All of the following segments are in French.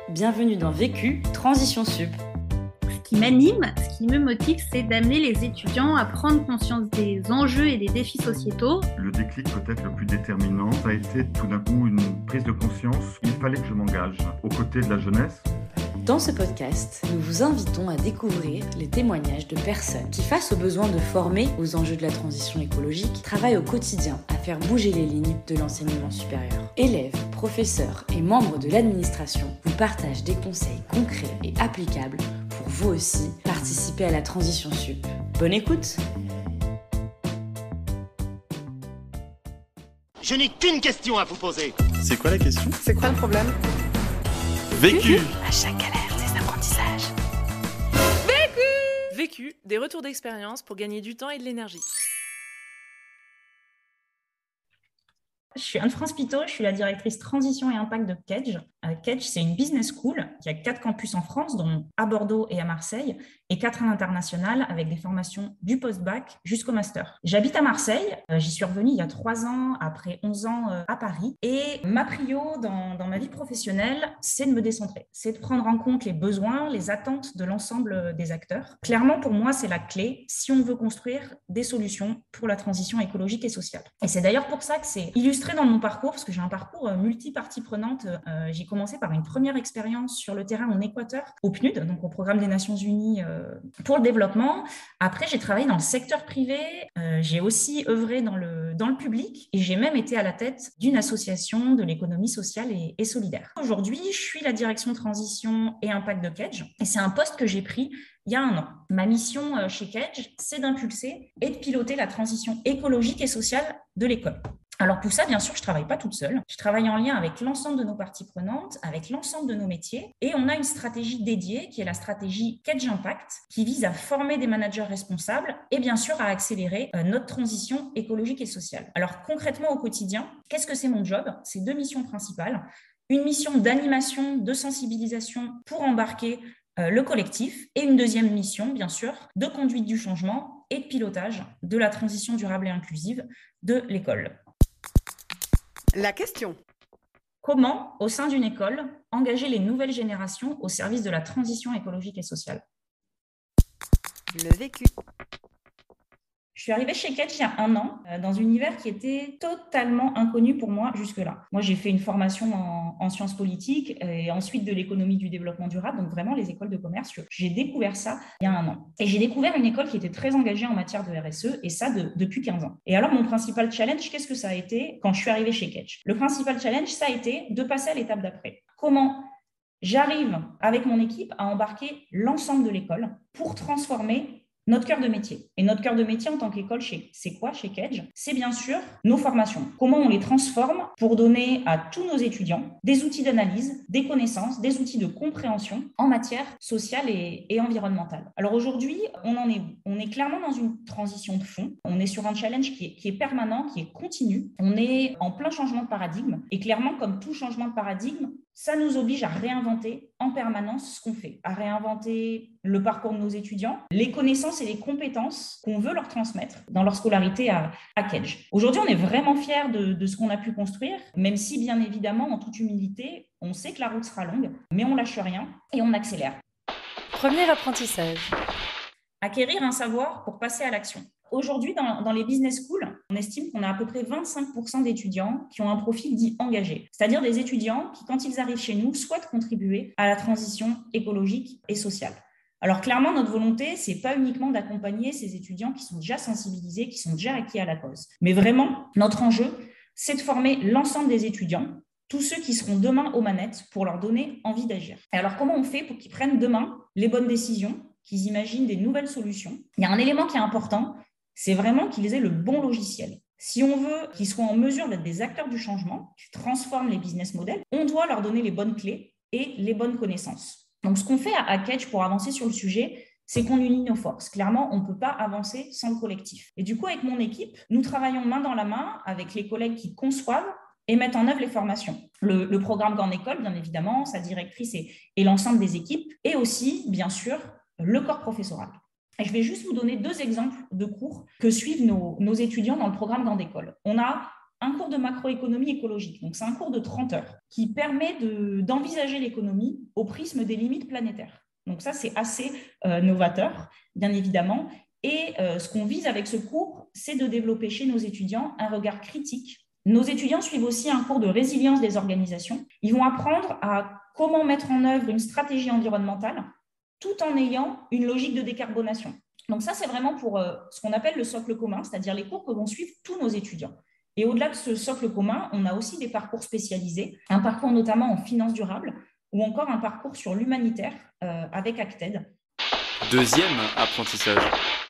Bienvenue dans Vécu, Transition Sup. Ce qui m'anime, ce qui me motive, c'est d'amener les étudiants à prendre conscience des enjeux et des défis sociétaux. Le déclic peut-être le plus déterminant, ça a été tout d'un coup une prise de conscience. Il fallait que je m'engage aux côtés de la jeunesse. Dans ce podcast, nous vous invitons à découvrir les témoignages de personnes qui, face aux besoins de former aux enjeux de la transition écologique, travaillent au quotidien à faire bouger les lignes de l'enseignement supérieur. Élèves, professeurs et membres de l'administration vous partagent des conseils concrets et applicables pour vous aussi participer à la transition sup. Bonne écoute! Je n'ai qu'une question à vous poser. C'est quoi la question? C'est quoi le problème? Vécu. À chaque galère, des apprentissages. Vécu, des retours d'expérience pour gagner du temps et de l'énergie. Je suis Anne-France Pitot, je suis la directrice transition et impact de Kedge. Kedge, c'est une business school qui a 4 campus en France, dont à Bordeaux et à Marseille, et 4 à l'international avec des formations du post-bac jusqu'au master. J'habite à Marseille, j'y suis revenue il y a 3 ans, après 11 ans à Paris. Et ma prio dans ma vie professionnelle, c'est de me décentrer. C'est de prendre en compte les besoins, les attentes de l'ensemble des acteurs. Clairement, pour moi, c'est la clé si on veut construire des solutions pour la transition écologique et sociale. Et c'est d'ailleurs pour ça que c'est illustré dans mon parcours, parce que j'ai un parcours multi-parties prenantes. J'ai commencé par une première expérience sur le terrain en Équateur, au PNUD, donc au Programme des Nations Unies pour le développement. Après, j'ai travaillé dans le secteur privé, j'ai aussi œuvré dans le public, et j'ai même été à la tête d'une association de l'économie sociale et solidaire. Aujourd'hui, je suis la direction transition et impact de Kedge, et c'est un poste que j'ai pris il y a 1 an. Ma mission chez Kedge, c'est d'impulser et de piloter la transition écologique et sociale de l'école. Alors pour ça, bien sûr, je ne travaille pas toute seule. Je travaille en lien avec l'ensemble de nos parties prenantes, avec l'ensemble de nos métiers. Et on a une stratégie dédiée qui est la stratégie Kedge Impact, qui vise à former des managers responsables et bien sûr à accélérer notre transition écologique et sociale. Alors concrètement au quotidien, qu'est-ce que c'est mon job? C'est 2 missions principales. Une mission d'animation, de sensibilisation pour embarquer le collectif, et une deuxième mission, bien sûr, de conduite du changement et de pilotage de la transition durable et inclusive de l'école. La question. Comment, au sein d'une école, engager les nouvelles générations au service de la transition écologique et sociale? Le vécu. Je suis arrivée chez Kedge il y a 1 an, dans un univers qui était totalement inconnu pour moi jusque-là. Moi, j'ai fait une formation en sciences politiques et ensuite de l'économie du développement durable, donc vraiment les écoles de commerce. J'ai découvert ça il y a 1 an. Et j'ai découvert une école qui était très engagée en matière de RSE, et ça depuis 15 ans. Et alors, mon principal challenge, qu'est-ce que ça a été quand je suis arrivée chez Kedge? Le principal challenge, ça a été de passer à l'étape d'après. Comment j'arrive, avec mon équipe, à embarquer l'ensemble de l'école pour transformer notre cœur de métier. Et notre cœur de métier en tant qu'école, c'est quoi chez Kedge? C'est bien sûr nos formations. Comment on les transforme pour donner à tous nos étudiants des outils d'analyse, des connaissances, des outils de compréhension en matière sociale et environnementale. Alors aujourd'hui, on est clairement dans une transition de fond. On est sur un challenge qui est permanent, qui est continu. On est en plein changement de paradigme. Et clairement, comme tout changement de paradigme, ça nous oblige à réinventer en permanence ce qu'on fait, à réinventer le parcours de nos étudiants, les connaissances et les compétences qu'on veut leur transmettre dans leur scolarité à Kedge. Aujourd'hui, on est vraiment fiers de ce qu'on a pu construire, même si, bien évidemment, en toute humilité, on sait que la route sera longue, mais on lâche rien et on accélère. Premier apprentissage. Acquérir un savoir pour passer à l'action. Aujourd'hui, dans les business schools, on estime qu'on a à peu près 25% d'étudiants qui ont un profil dit engagé, c'est-à-dire des étudiants qui, quand ils arrivent chez nous, souhaitent contribuer à la transition écologique et sociale. Alors clairement, notre volonté, ce n'est pas uniquement d'accompagner ces étudiants qui sont déjà sensibilisés, qui sont déjà acquis à la cause, mais vraiment, notre enjeu, c'est de former l'ensemble des étudiants, tous ceux qui seront demain aux manettes, pour leur donner envie d'agir. Et alors, comment on fait pour qu'ils prennent demain les bonnes décisions, qu'ils imaginent des nouvelles solutions? Il y a un élément qui est important, c'est vraiment qu'ils aient le bon logiciel. Si on veut qu'ils soient en mesure d'être des acteurs du changement, qui transforment les business models, on doit leur donner les bonnes clés et les bonnes connaissances. Donc, ce qu'on fait à Kedge pour avancer sur le sujet, c'est qu'on unit nos forces. Clairement, on ne peut pas avancer sans le collectif. Et du coup, avec mon équipe, nous travaillons main dans la main avec les collègues qui conçoivent et mettre en œuvre les formations. Le programme Grande École, bien évidemment, sa directrice et l'ensemble des équipes, et aussi, bien sûr, le corps professoral. Et je vais juste vous donner 2 exemples de cours que suivent nos étudiants dans le programme Grande École. On a un cours de macroéconomie écologique. Donc, c'est un cours de 30 heures qui permet d'envisager l'économie au prisme des limites planétaires. Donc, ça, c'est assez novateur, bien évidemment. Et ce qu'on vise avec ce cours, c'est de développer chez nos étudiants un regard critique. Nos étudiants suivent aussi un cours de résilience des organisations. Ils vont apprendre à comment mettre en œuvre une stratégie environnementale tout en ayant une logique de décarbonation. Donc ça, c'est vraiment pour ce qu'on appelle le socle commun, c'est-à-dire les cours que vont suivre tous nos étudiants. Et au-delà de ce socle commun, on a aussi des parcours spécialisés, un parcours notamment en finance durable ou encore un parcours sur l'humanitaire avec Acted. Deuxième apprentissage.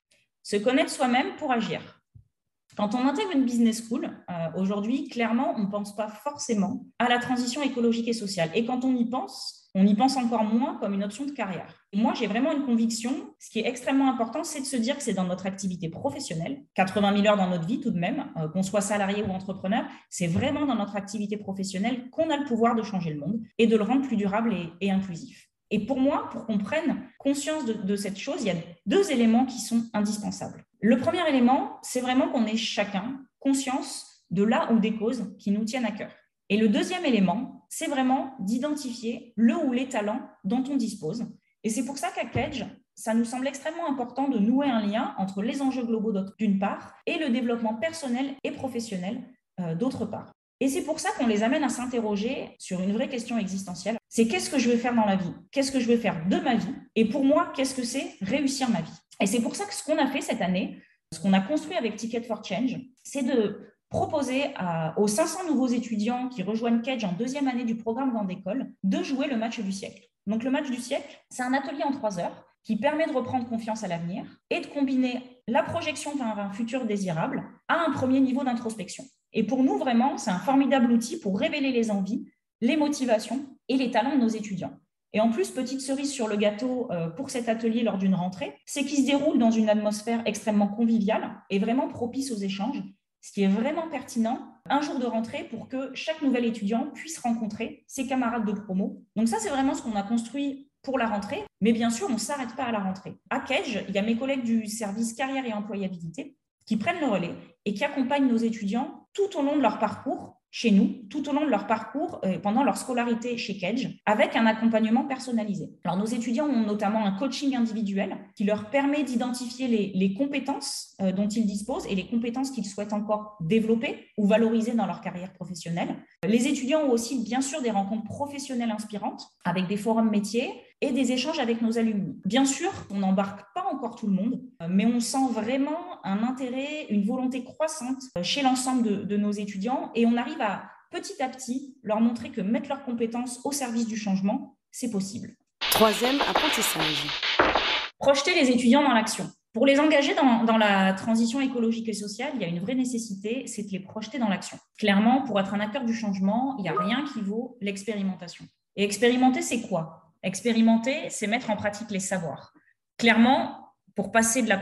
Se connaître soi-même pour agir. Quand on intègre une business school, aujourd'hui, clairement, on ne pense pas forcément à la transition écologique et sociale. Et quand on y pense encore moins comme une option de carrière. Et moi, j'ai vraiment une conviction, ce qui est extrêmement important, c'est de se dire que c'est dans notre activité professionnelle, 80 000 heures dans notre vie tout de même, qu'on soit salarié ou entrepreneur, c'est vraiment dans notre activité professionnelle qu'on a le pouvoir de changer le monde et de le rendre plus durable et inclusif. Et pour moi, pour qu'on prenne conscience de cette chose, il y a 2 éléments qui sont indispensables. Le premier élément, c'est vraiment qu'on ait chacun conscience de là ou des causes qui nous tiennent à cœur. Et le deuxième élément, c'est vraiment d'identifier le ou les talents dont on dispose. Et c'est pour ça qu'à Kedge, ça nous semble extrêmement important de nouer un lien entre les enjeux globaux d'une part et le développement personnel et professionnel d'autre part. Et c'est pour ça qu'on les amène à s'interroger sur une vraie question existentielle. C'est qu'est-ce que je veux faire dans la vie? Qu'est-ce que je veux faire de ma vie? Et pour moi, qu'est-ce que c'est réussir ma vie? Et c'est pour ça que ce qu'on a fait cette année, ce qu'on a construit avec Ticket for Change, c'est de proposer aux 500 nouveaux étudiants qui rejoignent Kedge en 2e année du programme Grande École de jouer le match du siècle. Donc le match du siècle, c'est un atelier en 3 heures qui permet de reprendre confiance à l'avenir et de combiner la projection vers un futur désirable à un premier niveau d'introspection. Et pour nous, vraiment, c'est un formidable outil pour révéler les envies, les motivations et les talents de nos étudiants. Et en plus, petite cerise sur le gâteau pour cet atelier lors d'une rentrée, c'est qu'il se déroule dans une atmosphère extrêmement conviviale et vraiment propice aux échanges, ce qui est vraiment pertinent un jour de rentrée pour que chaque nouvel étudiant puisse rencontrer ses camarades de promo. Donc ça, c'est vraiment ce qu'on a construit pour la rentrée, mais bien sûr, on ne s'arrête pas à la rentrée. À Kedge, il y a mes collègues du service carrière et employabilité qui prennent le relais et qui accompagnent nos étudiants tout au long de leur parcours chez nous, tout au long de leur parcours pendant leur scolarité chez Kedge, avec un accompagnement personnalisé. Alors, nos étudiants ont notamment un coaching individuel qui leur permet d'identifier les compétences dont ils disposent et les compétences qu'ils souhaitent encore développer ou valoriser dans leur carrière professionnelle. Les étudiants ont aussi, bien sûr, des rencontres professionnelles inspirantes avec des forums métiers et des échanges avec nos alumni. Bien sûr, on n'embarque pas encore tout le monde, mais on sent vraiment un intérêt, une volonté croissante chez l'ensemble de nos étudiants et on arrive à petit leur montrer que mettre leurs compétences au service du changement, c'est possible. 3e apprentissage. Projeter les étudiants dans l'action. Pour les engager dans la transition écologique et sociale, il y a une vraie nécessité, c'est de les projeter dans l'action. Clairement, pour être un acteur du changement, il n'y a rien qui vaut l'expérimentation. Et expérimenter, c'est quoi? Expérimenter, c'est mettre en pratique les savoirs. Clairement, pour passer de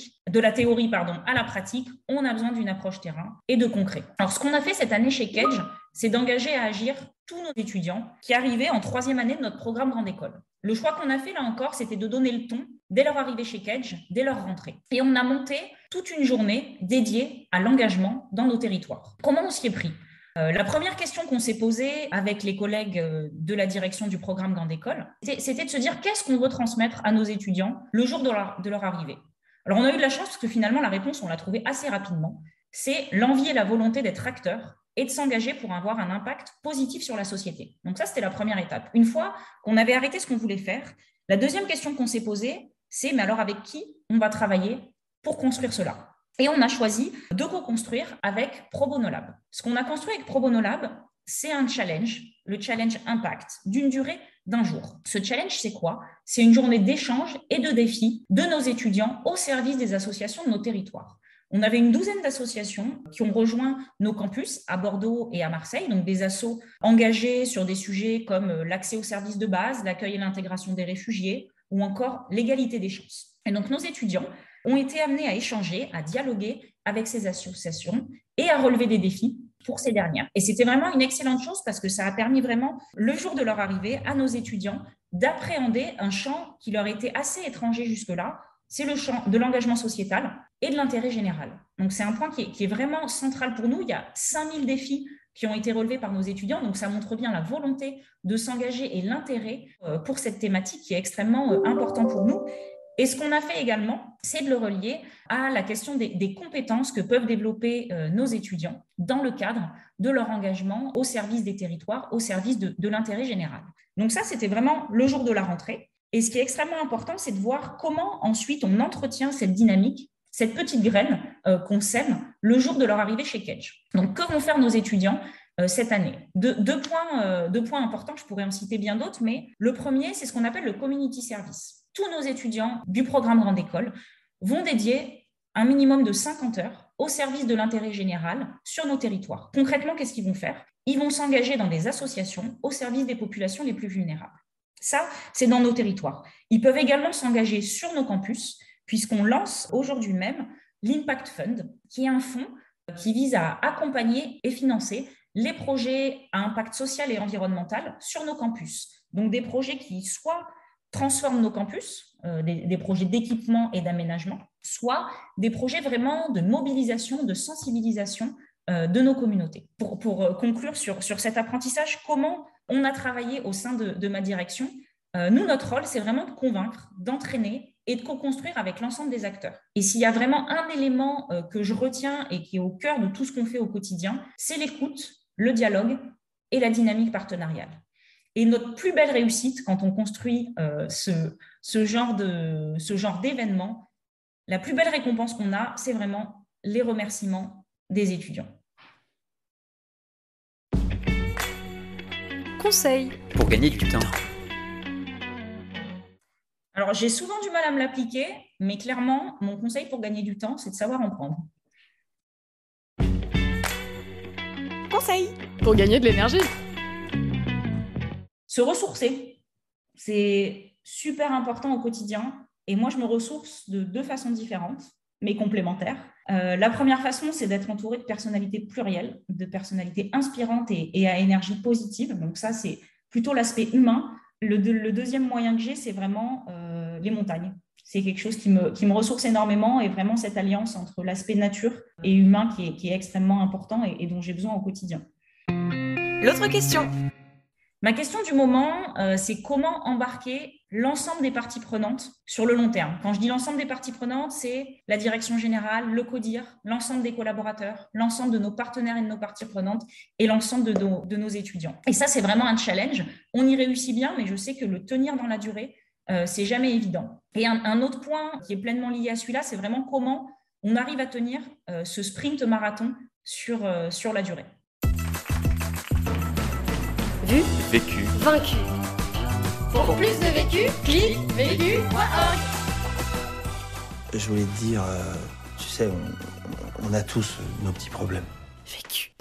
la théorie à la pratique, on a besoin d'une approche terrain et de concret. Alors, ce qu'on a fait cette année chez Kedge, c'est d'engager à agir tous nos étudiants qui arrivaient en 3e année de notre programme Grande École. Le choix qu'on a fait, là encore, c'était de donner le ton dès leur arrivée chez Kedge, dès leur rentrée. Et on a monté toute une journée dédiée à l'engagement dans nos territoires. Comment on s'y est pris ? La première question qu'on s'est posée avec les collègues de la direction du programme Grande École, c'était de se dire qu'est-ce qu'on veut transmettre à nos étudiants le jour de leur arrivée. Alors, on a eu de la chance parce que finalement, la réponse, on l'a trouvée assez rapidement. C'est l'envie et la volonté d'être acteur et de s'engager pour avoir un impact positif sur la société. Donc ça, c'était la première étape. Une fois qu'on avait arrêté ce qu'on voulait faire, la deuxième question qu'on s'est posée, c'est mais alors avec qui on va travailler pour construire cela ? Et on a choisi de co-construire avec Pro Bono Lab. Ce qu'on a construit avec Pro Bono Lab, c'est un challenge, le challenge Impact, d'une durée d'1 jour. Ce challenge, c'est quoi? C'est une journée d'échange et de défis de nos étudiants au service des associations de nos territoires. On avait une 12aine d'associations qui ont rejoint nos campus à Bordeaux et à Marseille, donc des assos engagés sur des sujets comme l'accès aux services de base, l'accueil et l'intégration des réfugiés ou encore l'égalité des chances. Et donc nos étudiants ont été amenés à échanger, à dialoguer avec ces associations et à relever des défis pour ces dernières. Et c'était vraiment une excellente chose parce que ça a permis vraiment, le jour de leur arrivée, à nos étudiants d'appréhender un champ qui leur était assez étranger jusque-là. C'est le champ de l'engagement sociétal et de l'intérêt général. Donc, c'est un point qui est vraiment central pour nous. Il y a 5000 défis qui ont été relevés par nos étudiants. Donc, ça montre bien la volonté de s'engager et l'intérêt pour cette thématique qui est extrêmement important pour nous. Et ce qu'on a fait également, c'est de le relier à la question des compétences que peuvent développer nos étudiants dans le cadre de leur engagement au service des territoires, au service de l'intérêt général. Donc ça, c'était vraiment le jour de la rentrée. Et ce qui est extrêmement important, c'est de voir comment ensuite on entretient cette dynamique, cette petite graine qu'on sème le jour de leur arrivée chez Kedge. Donc, que vont faire nos étudiants cette année? Deux points importants, je pourrais en citer bien d'autres, mais le premier, c'est ce qu'on appelle le community service. Tous nos étudiants du programme Grande École vont dédier un minimum de 50 heures au service de l'intérêt général sur nos territoires. Concrètement, qu'est-ce qu'ils vont faire? Ils vont s'engager dans des associations au service des populations les plus vulnérables. Ça, c'est dans nos territoires. Ils peuvent également s'engager sur nos campus, puisqu'on lance aujourd'hui même l'Impact Fund, qui est un fonds qui vise à accompagner et financer les projets à impact social et environnemental sur nos campus. Donc des projets qui soit transforment nos campus, des projets d'équipement et d'aménagement, soit des projets vraiment de mobilisation, de sensibilisation de nos communautés. Pour conclure sur cet apprentissage, comment on a travaillé au sein de ma direction, nous, notre rôle, c'est vraiment de convaincre, d'entraîner et de co-construire avec l'ensemble des acteurs. Et s'il y a vraiment un élément que je retiens et qui est au cœur de tout ce qu'on fait au quotidien, c'est l'écoute, le dialogue et la dynamique partenariale. Et notre plus belle réussite quand on construit ce genre d'événement, la plus belle récompense qu'on a, c'est vraiment les remerciements des étudiants. Conseil pour gagner du temps. Alors, j'ai souvent du mal à me l'appliquer, mais clairement, mon conseil pour gagner du temps, c'est de savoir en prendre. Conseil pour gagner de l'énergie. Se ressourcer, c'est super important au quotidien. Et moi, je me ressource de 2 façons différentes, mais complémentaires. La première façon, c'est d'être entourée de personnalités plurielles, de personnalités inspirantes et à énergie positive. Donc ça, c'est plutôt l'aspect humain. Le deuxième moyen que j'ai, c'est vraiment les montagnes. C'est quelque chose qui me ressource énormément et vraiment cette alliance entre l'aspect nature et humain qui est extrêmement important et dont j'ai besoin au quotidien. L'autre question. Ma question du moment, c'est comment embarquer l'ensemble des parties prenantes sur le long terme. Quand je dis l'ensemble des parties prenantes, c'est la direction générale, le CODIR, l'ensemble des collaborateurs, l'ensemble de nos partenaires et de nos parties prenantes et l'ensemble de nos étudiants. Et ça, c'est vraiment un challenge. On y réussit bien, mais je sais que le tenir dans la durée, c'est jamais évident. Et un autre point qui est pleinement lié à celui-là, c'est vraiment comment on arrive à tenir ce sprint marathon sur la durée. Vu, Vécu, vaincu. Pour plus de vécu, clique vécu.org. Je voulais te dire, tu sais, on a tous nos petits problèmes. Vécu.